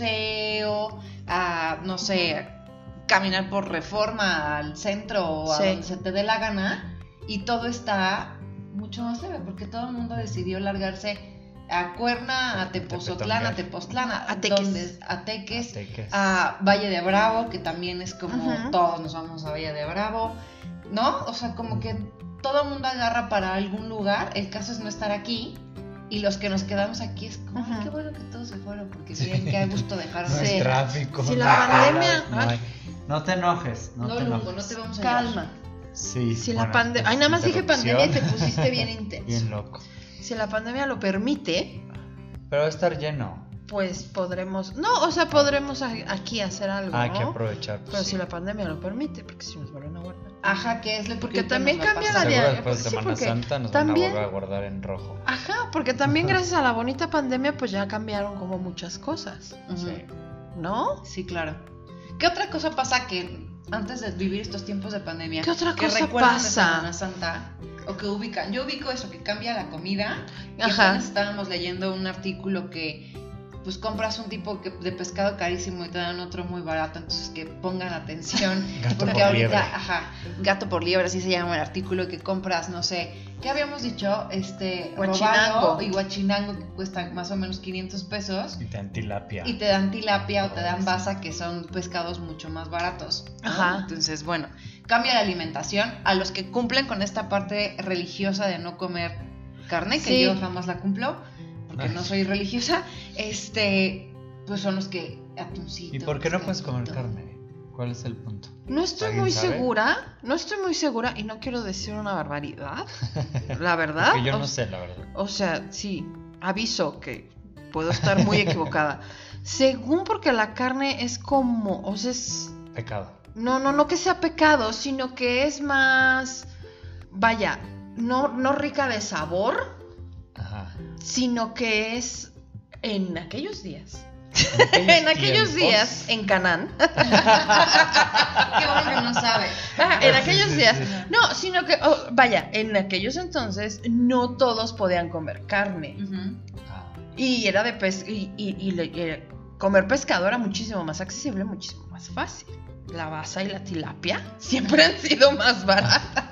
museo, a, no sé, caminar por Reforma al centro o a Sí. donde se te dé la gana y todo está mucho más leve porque todo el mundo decidió largarse a Cuerna, a Tepozotlán, a Tepoztlán, A Teques. a Teques, Teques. a Valle de Bravo, que también es como Ujú. todos nos vamos a Valle de Bravo, ¿no? O sea, como que todo el mundo agarra para algún lugar, el caso es no estar aquí. Y los que nos quedamos aquí es como, ay, Ujú. qué bueno que todos se fueron, porque bien, qué gusto dejaron No de hay Sí. tráfico. Si no la hay pandemia- colas, no, hay- no te enojes. No, No, te Lumbo, enojes. no te vamos a llevar. Calma. Sí. Si bueno, la pandemia... Ay, nada más dije pandemia y te pusiste bien intenso. Bien loco. Si la pandemia lo permite, Pero va a estar lleno. pues podremos... No, o sea, podremos aquí hacer algo, Hay que ¿no? aprovechar. Pues, Pero sí. si la pandemia lo permite, porque si nos vuelven a guardar. Ajá, que es lo que Porque creo que también nos va a cambia pasar. la Seguro de- después de sí, Semana porque Santa nos también- van a volver a guardar en rojo. Ajá, porque también gracias a la bonita pandemia, pues ya cambiaron como muchas cosas, Ujú. Sí. ¿no? Sí, claro. ¿Qué otra cosa pasa que antes de vivir estos tiempos de pandemia? ¿Qué otra que cosa recuerdan de pasa? Semana Santa o que ubican. Yo ubico eso, que cambia la comida. Y Ajá. apenas estábamos leyendo un artículo que pues compras un tipo de pescado carísimo y te dan otro muy barato, entonces que pongan atención. Gato porque por ahorita, liebre. ajá, gato por liebre, así se llama el artículo, que compras, no sé, ¿qué habíamos dicho? Guachinango. Robalo y guachinango, que cuesta más o menos 500 pesos. Y te dan tilapia. Y te dan tilapia o te Oh, dan sí. basa, que son pescados mucho más baratos, ¿no? Ajá. Entonces, bueno, cambia la alimentación. A los que cumplen con esta parte religiosa de no comer carne, que Sí. yo jamás la cumplo, porque no soy religiosa, pues son los que atuncito. ¿Y por qué no puedes comer pescadito. carne? ¿Cuál es el punto? No estoy ¿Alguien muy sabe? segura, no estoy muy segura y no quiero decir una barbaridad, la verdad. Porque yo o, no sé, la verdad. o sea, sí, aviso que puedo estar muy equivocada. Según porque la carne es como, o sea, es... Pecado. No que sea pecado, sino que es más, vaya, no rica de sabor, Ajá. sino que es en aquellos días. En En aquellos tiempos. días, en Canaán. Qué bueno que no sabe. En Sí, aquellos sí, días. sí. No, sino que, vaya, en aquellos entonces no todos podían comer carne. Ujú. Ah, Y era de comer pescado era muchísimo más accesible, muchísimo más fácil. La basa y la tilapia siempre han sido más baratas.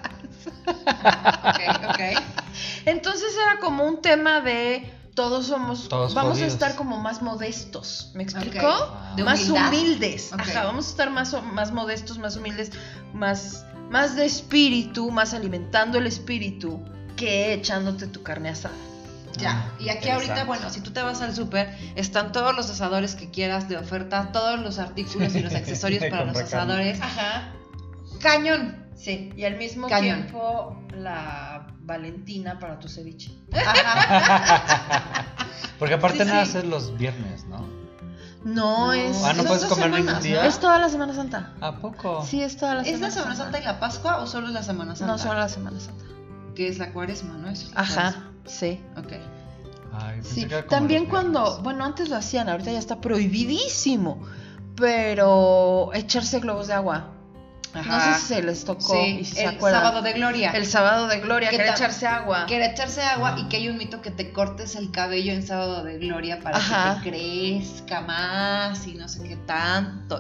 Ok. Entonces era como un tema de todos Todos vamos jodidos. a estar como más modestos, ¿me explico? Ok. De Más humildad. humildes. Ok. Ajá, vamos a estar más modestos, más humildes, más de espíritu, más alimentando el espíritu que echándote tu carne asada. Ya, y aquí ahorita, Interesante. bueno, si tú te vas al súper, están todos los asadores que quieras de oferta, todos los artículos y los accesorios para los Compra carne. asadores. Ajá. Cañón. Sí, y al mismo Cañón. tiempo la Valentina para tu ceviche. Ajá. Porque aparte Sí, nada sí. haces los viernes, ¿no? No, es. Ah, ¿no es puedes dos comer ningún semanas, día? ¿no? Es toda la Semana Santa. ¿A poco? Sí, es toda la ¿Es Semana la Semana Santa y la Pascua o solo es la Semana Santa? No, solo la Semana Santa. Que es la Cuaresma, ¿no? Eso es la Ajá, sí. Cuaresma. Ok. Ay, pensé Sí, que era como también los cuando, viernes. bueno, antes lo hacían, ahorita ya está prohibidísimo, pero echarse globos de agua. No sé si se les tocó Sí, y si se el acuerdan. sábado de gloria. El sábado de gloria, ¿Qué que era tal? echarse agua. Que era echarse agua y que hay un mito que te cortes el cabello en sábado de gloria para Ajá. que te crezca más y no sé qué tanto.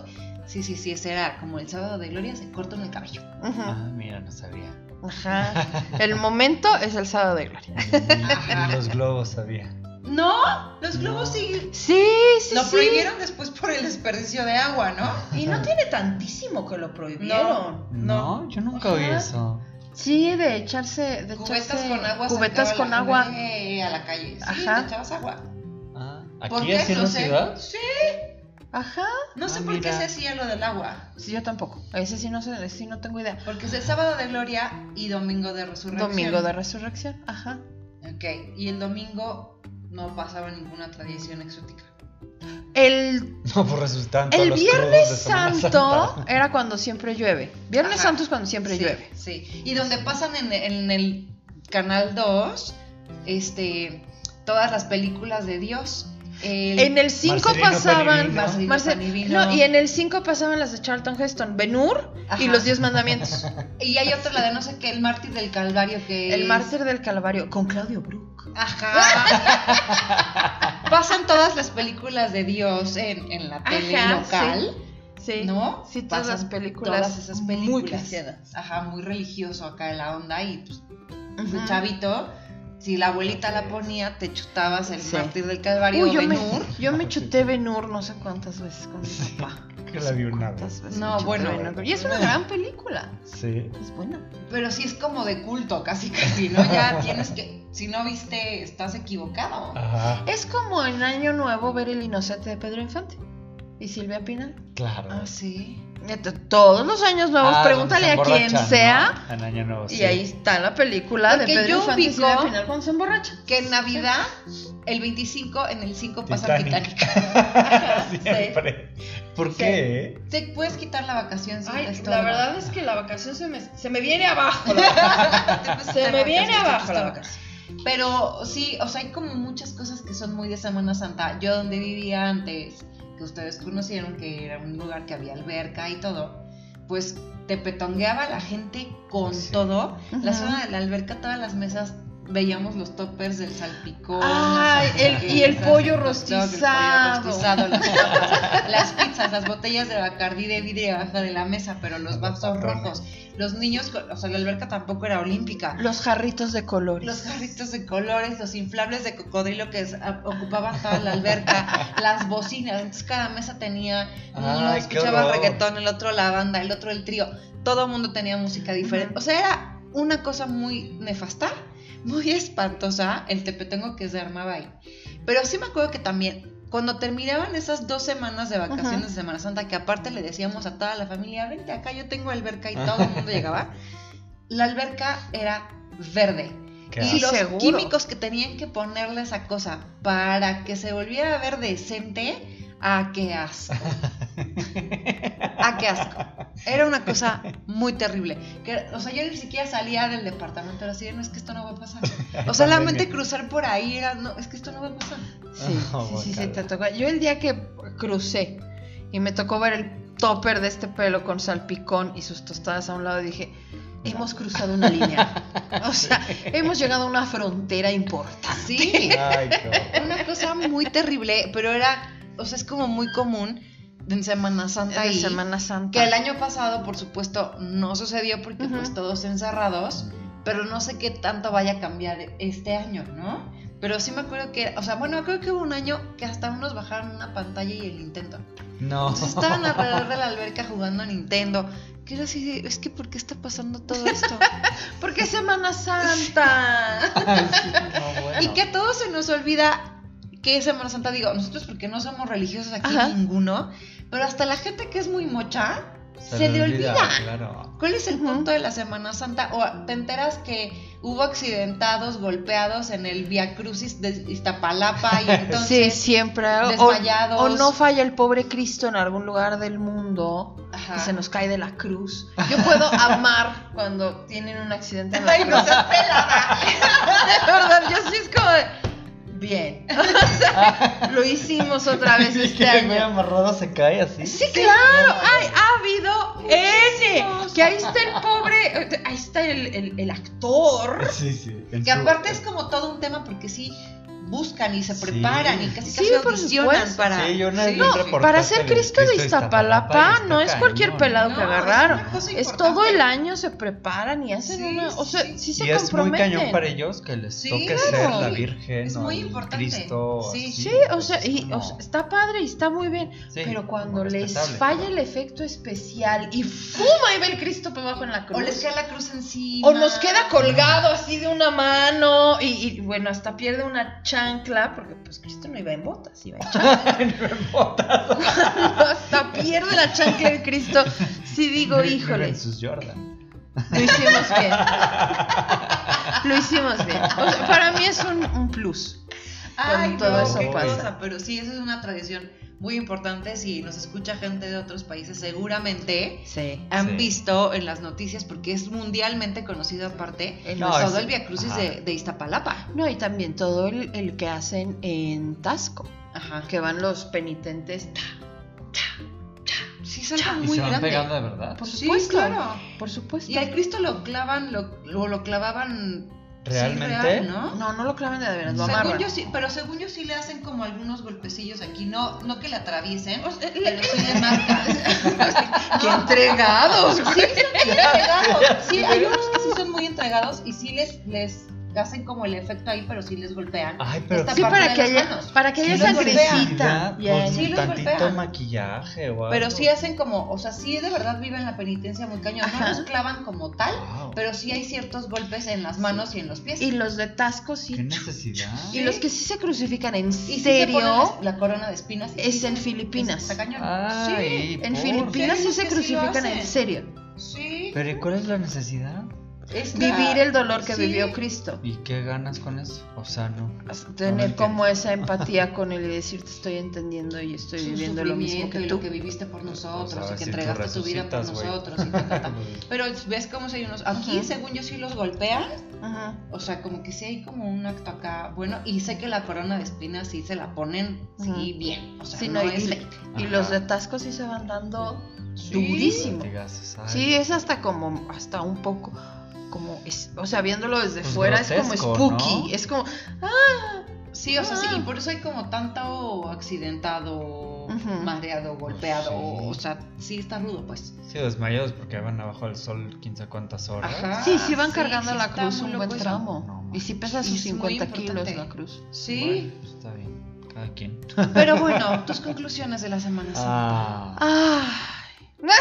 Sí, ese era como el sábado de gloria, se cortan el cabello. Ujú. Ah, mira, no sabía. Ajá. El momento es el sábado de gloria. Ni los globos sabía. No, los globos No. sí. Sí. Lo prohibieron después por el desperdicio de agua, ¿no? Y no tiene tantísimo que lo prohibieron. No, yo nunca oí Ajá. eso. Sí, de echarse Cubetas con agua. cubetas sacaba con la agua. gente a la calle. Sí, Ajá. te echabas agua. Ah, ¿Por ¿aquí qué? así en No la sé. ciudad? Sí. Ajá. No sé Ah, por qué mira. se hacía lo del agua. Sí, yo tampoco. Ese sí no sé, ese sí no tengo idea. Porque es el sábado de gloria y domingo de resurrección. Domingo de resurrección. Ajá. Ok, y el domingo no pasaba ninguna tradición exótica. El No, pues resultaban todos El los crudos de Viernes Semana Santo Santa. era cuando siempre llueve. Viernes Ajá. Santo es cuando siempre Sí, llueve. Sí, y donde pasan en el canal 2, todas las películas de Dios. En el 5 Marcelino pasaban. Panivino. Panivino. No, y en el 5 pasaban las de Charlton Heston, Ben-Hur Ajá. y los 10 mandamientos. Y hay otra, la de no sé qué, el mártir del Calvario, que El es- mártir del Calvario con Claudio Brook. Ajá. Pasan todas las películas de Dios en la tele Ajá, local. Sí. ¿No? Sí, todas Pasan las películas. Todas esas películas. Muy cristianas. Ajá, muy religioso acá en la onda. Y pues, de Ujú. chavito, si la abuelita la ponía, te chutabas el Sí. mártir del Calvario Uy, o Ben-Hur. yo me chuté Ben-Hur no sé cuántas veces con mi papá. Que la vi una ¿Cuántas vez. veces No, me chuté bueno. Ben-Hur? Y es una gran película. Sí. Es buena. Pero sí es como de culto, casi, ¿no? Ya tienes que. Si no viste, estás equivocado. Ajá. Es como en Año Nuevo ver El Inocente de Pedro Infante y Silvia Pinal. Claro. Ah, sí. Todos los años nuevos, Ah, pregúntale a donde se quien emborrachan, sea. ¿no? En Año Nuevo, Y sí. ahí está la película Porque de Pedro yo Infante y ubico- Silvia Pinal cuando se emborracha. Que en Navidad, el 25, en el 5 pasa Titanic. Titanic. Siempre. ¿Por qué? Te puedes quitar la vacación. Ay, la verdad es que la vacación se me viene abajo. Se me viene abajo la vacación. Pero sí, o sea, hay como muchas cosas que son muy de Semana Santa. Yo donde vivía antes, que ustedes conocieron, que era un lugar que había alberca y todo, pues te petongueaba la gente con Sí. todo. La Ujú. zona de la alberca, todas las mesas veíamos los toppers del salpicón. Ay, las y el hamburguesas, pollo el hot dog, rostizado. el pollo rostizado, las papas, las pizzas, las botellas de Bacardí de vidrio abajo de la mesa, pero los vasos rojos. Los niños, o sea, la alberca tampoco era olímpica. Los jarritos de colores. Los jarritos de colores, los inflables de cocodrilo que ocupaban toda la alberca, las bocinas. Entonces cada mesa tenía, uno Ay, qué escuchaba horror. reggaetón, el otro la banda, el otro el trío. Todo el mundo tenía música diferente. Ujú. O sea, era una cosa muy nefasta, muy espantosa el tepetongo que se armaba ahí. Pero sí me acuerdo que también, cuando terminaban esas 2 semanas de vacaciones Ujú. de Semana Santa, que aparte le decíamos a toda la familia, vente acá, yo tengo alberca, y todo el mundo llegaba, la alberca era verde. Qué Y Sí, los seguro. químicos que tenían que ponerle esa cosa para que se volviera a ver decente, ¡ah, qué asco! ¡Ah, qué asco! Era una cosa muy terrible. O sea, yo ni siquiera salía del departamento, era así, no, es que esto no va a pasar. O sea, solamente Pandemia. cruzar por ahí era, no, es que esto no va a pasar. Sí, Oh, sí, guacala. te toca. Yo el día que crucé y me tocó ver el topper de este pelo con salpicón y sus tostadas a un lado, dije, hemos cruzado una línea. O sea, hemos llegado a una frontera importante. Sí, Ay, qué horror. una cosa muy terrible, pero era, o sea, es como muy común en Semana Santa De ahí. Semana Santa. Que el año pasado, por supuesto, no sucedió porque Ujú. pues todos encerrados, pero no sé qué tanto vaya a cambiar este año, ¿no? Pero sí me acuerdo que, o sea, bueno, creo que hubo un año que hasta unos bajaron una pantalla y el Nintendo. No. Entonces estaban alrededor de la alberca jugando a Nintendo. Que era así de, es que ¿por qué está pasando todo esto? Porque es Semana Santa. Sí, no, bueno. Y que a todos se nos olvida que es Semana Santa. Digo, nosotros porque no somos religiosos aquí Ajá. ninguno, pero hasta la gente que es muy mocha, se le olvida. Claro. ¿Cuál es el Ujú. punto de la Semana Santa? O te enteras que hubo accidentados, golpeados en el Via Crucis de Iztapalapa y Sí, entonces... siempre. desmayados. O no falla el pobre Cristo en algún lugar del mundo Ajá. que se nos cae de la cruz. Yo puedo amar cuando tienen un accidente en la Ay, cruz. no seas pelada. De verdad, yo sí es como de, bien. Lo hicimos otra vez Sí, este que el güey año. amarrado se cae así. Sí, claro. Ay, ha habido N. Que ahí está el pobre. Ahí está el actor. Sí, sí. en Que su- aparte es como todo un tema porque sí, buscan y se Sí. preparan y casi Sí, por audicionan supuesto. para... Sí, yo una vez vi No, un reportaje Para ser del Cristo de Iztapalapa y no está es cualquier cañón. pelado No, que es agarraron. una cosa Es importante. todo el año se preparan y hacen Sí, una... O sea, sí. sí se Y es muy comprometen. cañón para ellos que les Sí, toque claro. ser la Virgen Es o muy el importante. Cristo. Sí. así, Sí, o sea, es como- está padre y está muy bien. Sí, pero cuando como les respetable. falla el efecto especial y ¡fuma! Y ve el Cristo para abajo en la cruz. O les queda la cruz encima. O nos queda colgado así de una mano y bueno, hasta pierde una chancla, porque pues Cristo no iba en botas, iba en chancla. Hasta pierde la chancla de Cristo. Sí digo, Vive híjole, en sus Jordan. lo hicimos bien. Lo hicimos bien. O sea, para mí es un plus. Ay, todo no, eso qué pasa. cosa, pero sí, esa es una tradición muy importante. Si nos escucha gente de otros países, seguramente Sí. han Sí. visto en las noticias, porque es mundialmente conocido aparte, El- No, todo es- el Via Crucis ajá. de Iztapalapa. No, y también todo el que hacen en Tasco, Ajá. que van los penitentes. Sí, es algo ¿Y muy se van grande. pegando de verdad? Por Sí, supuesto. claro. Por supuesto. Y al Cristo lo clavan, lo clavaban. ¿Realmente? Sí, real, ¿no? No, no lo clavan de veras, lo Según amarran. yo sí, pero según yo sí le hacen como algunos golpecillos aquí, no que le atraviesen, O sea, pero sí le marcan. ¡Qué entregados! Sí, son muy entregados. Sí, hay unos que sí son muy entregados y sí les hacen como el efecto ahí, pero sí les golpean. Ay, pero esta Sí, parte para de que las haya, manos. para que haya Sí los sangrecita. Necesidad, Bien. pues, Sí, los tantito golpean. maquillaje o algo. Pero sí hacen como, o sea, sí de verdad viven la penitencia muy cañón. No Ajá. los clavan como tal, Wow. pero sí hay ciertos golpes en las manos y en los pies. Y los de Tasco sí. ¿Qué necesidad? Y los que sí se crucifican en Y sí se ponen serio la corona de espinas. y es sí, en sí, Filipinas. Está cañón. Ay, En ¿por? Filipinas sí Hay se unos que sí lo crucifican en hacen. serio. Sí. ¿Pero y cuál es la necesidad? Es Vivir el dolor que sí. vivió Cristo. ¿Y qué ganas con eso? O sea, no. Tener entiendo. como esa empatía con él y decir, te estoy entendiendo y estoy Su viviendo lo mismo sufrimiento que y tú. lo que viviste por nosotros, O sea, y que si tú entregaste tu vida por resucitas, güey. nosotros. Y ta, ta, ta. Pero ves cómo si hay unos. Aquí, Ajá. según yo, sí los golpean. Ajá. O sea, como que sí hay como un acto acá. Bueno, y sé que la corona de espinas sí se la ponen, sí, Ajá. bien. O sea, Sí, no no, es y, fake. y Ajá. los de Tasco sí se van dando Sí. durísimo. Latigazos, ay. Sí, es hasta como, hasta un poco, como, o sea, viéndolo desde Pues fuera es como grotesco, spooky, ¿no? es como, Sí, o sea, sí, Ah. y por eso hay como tanto accidentado, Ujú. mareado, golpeado. Sí. O sea, sí está rudo, pues. Sí, desmayados porque van abajo del sol 15 cuántas horas. Ajá. sí, sí van sí, cargando sí la está cruz muy un buen loco eso. tramo, No y sí pesa Y sus es muy 50 kilos importante. la cruz. Sí. Bueno, pues está bien. Cada quien. Pero bueno, tus conclusiones de la Semana Santa. Ay,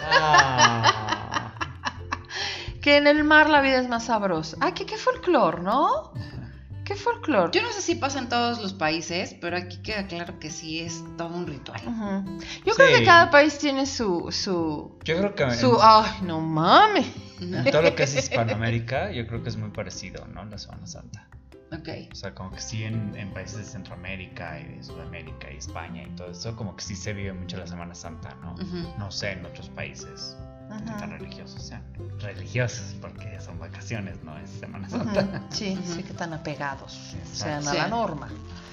Ah. que en el mar la vida es más sabrosa. Ah, qué folclor, ¿no? Qué folclor. Yo no sé si pasa en todos los países, pero aquí queda claro que sí es todo un ritual. Ujú. Yo creo Sí. que cada país tiene su Yo creo que ay, no mames. en todo lo que es Hispanoamérica, yo creo que es muy parecido, ¿no? La Semana Santa. Ok. O sea, como que sí en países de Centroamérica y de Sudamérica y España y todo eso, como que sí se vive mucho la Semana Santa, ¿no? Ujú. No sé, en otros países que Ujú. tan religiosos sean. Religiosos, porque son vacaciones, no es Semana Ujú. Santa. Sí, Ujú. sí que tan apegados sean Sí. a la norma.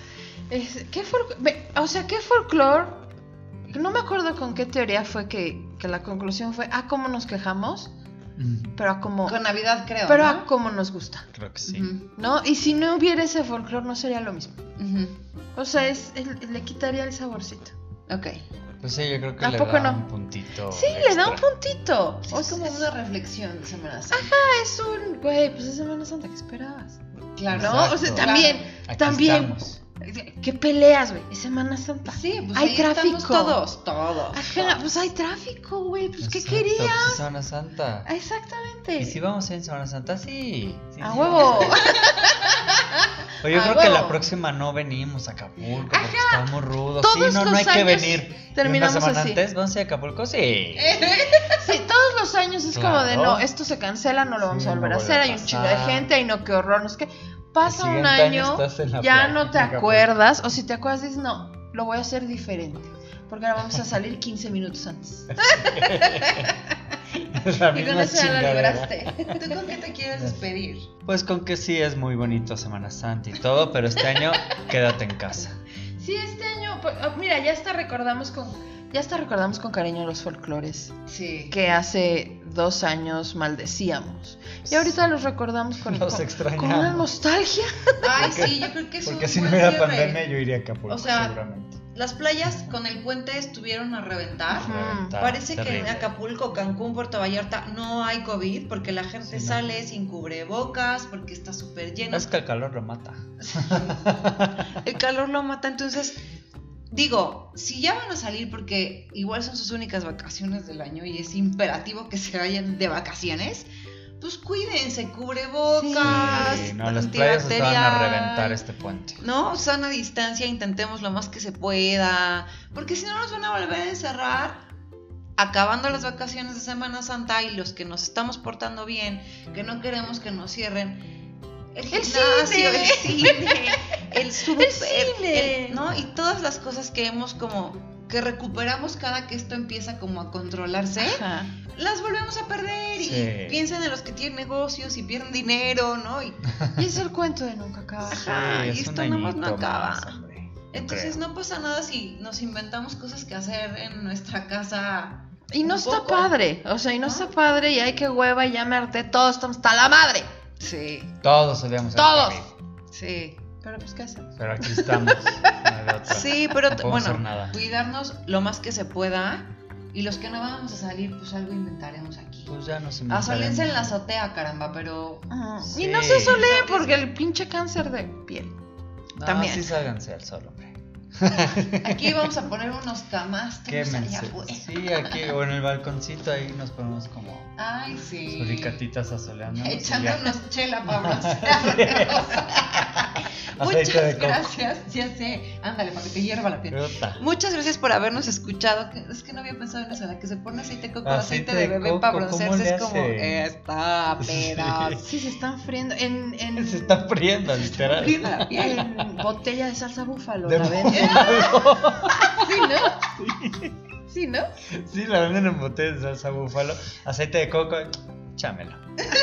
O sea, ¿qué folclore? No me acuerdo con qué teoría fue que la conclusión fue, ¿cómo nos quejamos? Pero a cómo, Con Navidad creo, pero ¿no? a cómo nos gusta, Creo que sí. Ujú, ¿no? Y si no hubiera ese folclore no sería lo mismo. ujú. O sea, le quitaría el saborcito. Ok. Pues sí, yo creo que ¿A le poco da no? un puntito. Sí, le da un extra. puntito. Sí, O es como sea, una reflexión de Semana Santa. es un, güey, pues es Semana Santa, ¿qué esperabas? Claro. ¿No? O sea, Exacto. también, Aquí también. estamos. ¿Qué peleas, güey? Es Semana Santa. Sí, pues Hay ahí tráfico. estamos todos. Ajá, pues hay tráfico, güey. Pues, ¿qué Exacto, querías? pues es Semana Santa. Exactamente. ¿Y si vamos en Semana Santa? Sí. Sí, A sí, huevo. vamos. Oye, yo A creo que huevo. la próxima no venimos a Acapulco porque estamos rudos. Todos Sí, no los hay que años venir. ¿Y terminamos una semana así. antes? ¿Vamos a ir a Acapulco? Sí. Sí, todos los años es como de Claro. no, esto se cancela, no lo vamos Sí, a volver no a vuelve hacer, a hay un chingo de pasar. gente, ay no, qué horror, no es que pasa El un siguiente año, año estás en la ya playa, no te en Acapulco. acuerdas, o si te acuerdas dices, no, lo voy a hacer diferente, porque ahora vamos a salir 15 minutos antes. Es la Y con misma eso ya la chingadera. libraste. ¿Tú con qué te quieres despedir? Pues con que sí es muy bonito Semana Santa y todo, pero este año quédate en casa. Sí, este año, pues, mira, ya hasta recordamos Ya hasta recordamos con cariño los folclores Sí. que hace 2 años maldecíamos. Y ahorita los recordamos con extrañamos. con una nostalgia. Ay, sí, yo creo que es Porque un si no buen hubiera cierre. pandemia, yo iría a Acapulco, O sea, seguramente. Las playas con el puente estuvieron a reventar. Parece que en Acapulco, Cancún, Puerto Vallarta no hay COVID porque la gente Sí, no. sale sin cubrebocas, porque está súper lleno. Es que el calor lo mata. El calor lo mata, entonces digo, si ya van a salir porque igual son sus únicas vacaciones del año y es imperativo que se vayan de vacaciones, pues cuídense, cubrebocas, Sí, no, las playas se van a antibacterial, reventar este puente. ¿no? Sana distancia, intentemos lo más que se pueda, porque si no nos van a volver a encerrar acabando las vacaciones de Semana Santa y los que nos estamos portando bien, que no queremos que nos cierren el gimnasio, cine. el cine, el súper, cine. ¿no? Y todas las cosas que hemos como que recuperamos cada que esto empieza como a controlarse, Ajá. las volvemos a perder y Sí. piensan en los que tienen negocios y pierden dinero, ¿no? Y Y es el cuento de nunca acabar. Ajá, y es esto un nada más añito no acaba. más, hombre. entonces creo. no pasa nada si nos inventamos cosas que hacer en nuestra casa. Y no un está poco. padre, o sea, y no ¿No? está padre y hay que hueva y ya me harté, todos estamos hasta la madre. Sí, Todos odiamos Todos. el COVID, sí. Pero pues, ¿qué hacemos? pero aquí estamos. No hay de otra. Sí, pero No podemos bueno, hacer nada. cuidarnos lo más que se pueda y los que no vamos a salir, pues algo inventaremos aquí. Pues ya nos Asolense en la inventaremos. azotea, caramba, pero Sí. Y no se solee porque el pinche cáncer de piel. No, también. sí sálganse al sol, hombre. aquí vamos a poner unos camastros allá Quémense. afuera. Sí, aquí o en el balconcito ahí nos ponemos como Ay, sí. suricatitas asoleándonos. y ya. Echándonos chela para broncearnos. Aceite de Muchas coco. gracias, ya sé. Ándale, para que te hierva la piel. Fruta. Muchas gracias por habernos escuchado. Es que no había pensado en eso, la que se pone aceite de coco, aceite de bebé coco, para ¿cómo broncearse le es como hace? esta pedaz. Sí, se están friendo Se está friendo, literal. Fríe la piel. en botella de salsa búfalo. De la venden. Sí, ¿no? Sí, ¿no? Sí, la venden en botellas de salsa búfalo. Aceite de coco, chámelo.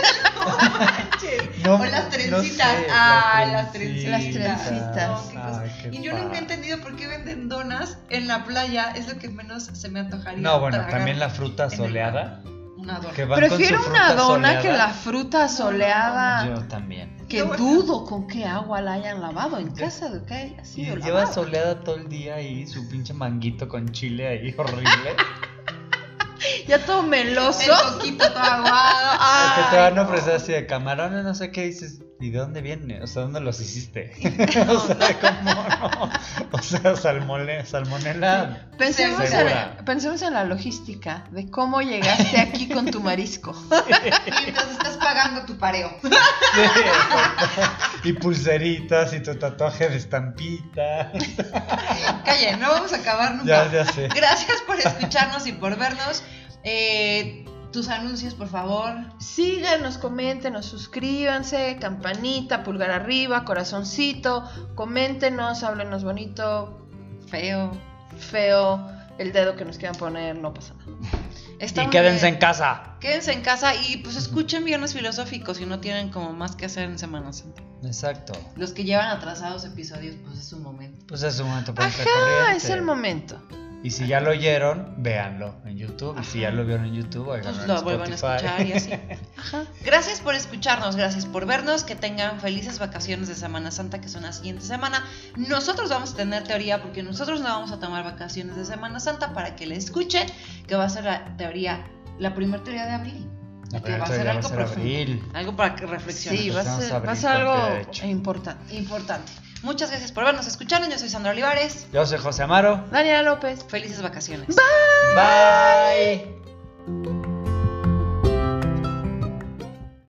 No, O las trencitas. sé, Las trencitas. Las trencitas. No, qué cosa. Ay, qué Y yo nunca he padre. entendido por qué venden donas en la playa. Es lo que menos se me antojaría. No, bueno, tragar también la fruta en el soleada. mar. Una dona. Que van con Prefiero su una fruta dona soleada. que la fruta soleada. Yo también. Que No, dudo con qué agua la hayan lavado en casa de que haya Y sido lleva lavada. soleada todo el día ahí, su pinche manguito con chile ahí horrible. Ya todo meloso. El coquito todo aguado. Es que te van a Ay, ofrecer así de camarones, no sé qué dices. ¿Y de dónde viene? O sea, ¿dónde los hiciste? O sea, ¿cómo no? O sea, salmonela. Pensemos Segura. pensemos en la logística de cómo llegaste aquí con tu marisco. Y entonces estás pagando tu pareo. Sí, exacto. Y pulseritas y tu tatuaje de estampita. Calle, no vamos a acabar nunca. Ya sé. Gracias por escucharnos y por vernos. Tus anuncios, por favor. Síganos, coméntenos, suscríbanse, campanita, pulgar arriba, corazoncito, coméntenos, háblenos bonito, Feo. feo, el dedo que nos quieran poner, no pasa nada. Está Y muy quédense bien. en casa. Quédense en casa y pues escuchen Viernes Filosóficos si no tienen como más que hacer en Semana Santa. Exacto. Los que llevan atrasados episodios, pues es su momento. Pues es un momento para Ajá, es el momento. Y si ya lo oyeron, véanlo en YouTube. Y si Ajá. ya lo vieron en YouTube, Pues óiganlo lo en vuelvan a Spotify. escuchar y así. Ajá. Gracias por escucharnos, gracias por vernos, que tengan felices vacaciones de Semana Santa, que son la siguiente semana. Nosotros vamos a tener teoría porque nosotros no vamos a tomar vacaciones de Semana Santa para que la escuchen, que va a ser la teoría, la primera teoría de abril. La Y que primera va a ser teoría va a algo ser profundo, abril. algo para que reflexionen. Sí, va a Empezamos ser, a va a abrir ser con algo pie derecho. importante. Importante. Muchas gracias por vernos, escucharnos. Yo soy Sandra Olivares. Yo soy José Amaro. Daniela López. Felices vacaciones. Bye.